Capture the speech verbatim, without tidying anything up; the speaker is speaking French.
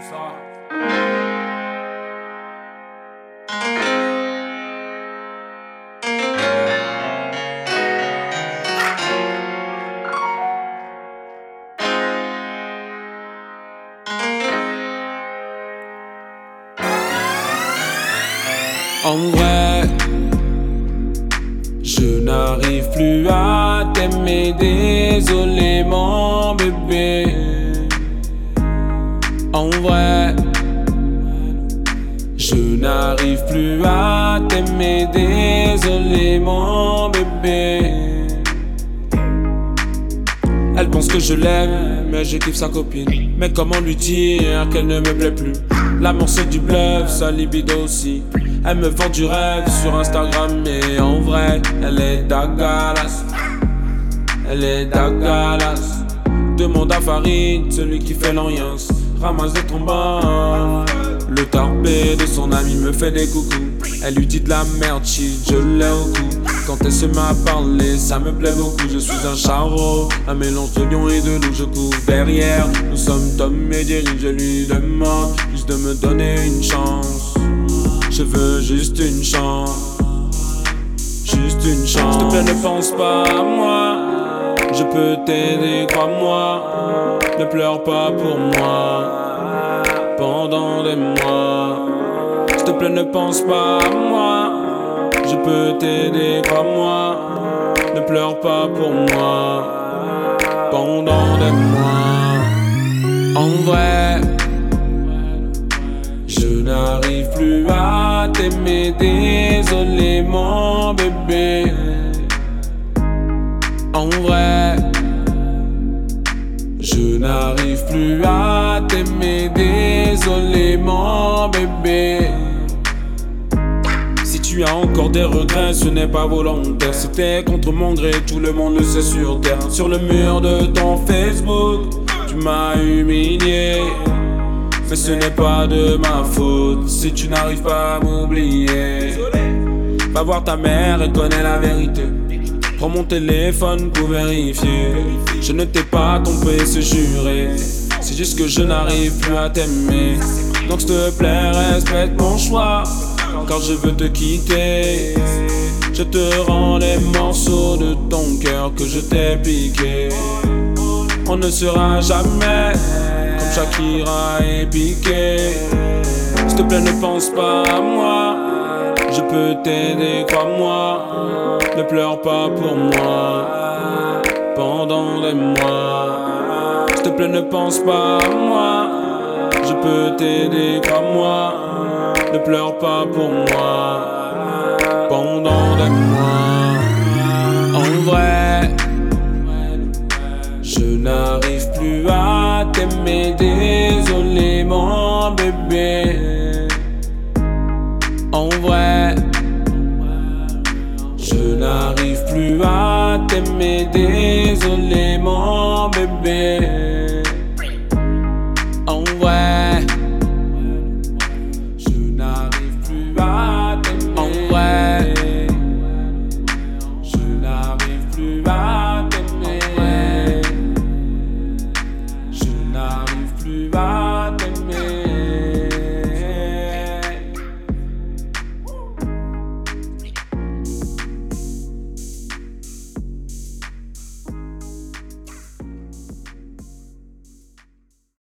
En vrai, je n'arrive plus à t'aimer, désolé mon bébé. En vrai, je n'arrive plus à t'aimer, désolé mon bébé. Elle pense que je l'aime, mais je kiffe sa copine. Mais comment lui dire qu'elle ne me plaît plus? L'amour c'est du bluff, sa libido aussi. Elle me vend du rêve sur Instagram, mais en vrai, elle est dagalas. Elle est dagalas. Demande à Farid, celui qui fait l'ambiance. Ramasse des trombones. Le tarpé de son ami me fait des coucous. Elle lui dit de la merde, shit, je l'ai au cou. Quand elle se met à parler, ça me plaît beaucoup. Je suis un charreau, un mélange de lion et de loup. Je cours derrière, nous sommes Tom et Jerry. Je lui demande juste de me donner une chance. Je veux juste une chance, juste une chance. S'il te plaît, ne pense pas à moi. Je peux t'aider, crois-moi. Ne pleure pas pour moi pendant des mois. S'il te plaît, ne pense pas à moi. Je peux t'aider, crois-moi. Ne pleure pas pour moi pendant des mois. En vrai, je n'arrive plus à t'aimer, désolé mon bébé. En vrai, je n'arrive plus à t'aimer, désolé mon bébé. Si tu as encore des regrets, ce n'est pas volontaire. C'était contre mon gré, tout le monde le sait sur terre. Sur le mur de ton Facebook, tu m'as humilié. Mais ce n'est pas de ma faute si tu n'arrives pas à m'oublier. Va voir ta mère, elle connaît la vérité. Prends mon téléphone pour vérifier. Je ne t'ai pas trompé, c'est juré. C'est juste que je n'arrive plus à t'aimer. Donc s'il te plaît, respecte mon choix, car je veux te quitter. Je te rends les morceaux de ton cœur que je t'ai piqué. On ne sera jamais comme Shakira et Piqué. S'il te plaît, ne pense pas à moi. Je peux t'aider, crois-moi. Ne pleure pas pour moi pendant des mois. S'il te plaît, ne pense pas à moi. Je peux t'aider, crois-moi. Ne pleure pas pour moi pendant des mois. En vrai, je n'arrive plus à t'aimer, désolé mon bébé. En vrai, je n'arrive plus à t'aimer, désolé mon bébé. En vrai, je n'arrive plus à t'aimer. En vrai, je n'arrive plus à t'aimer. Je n'arrive plus à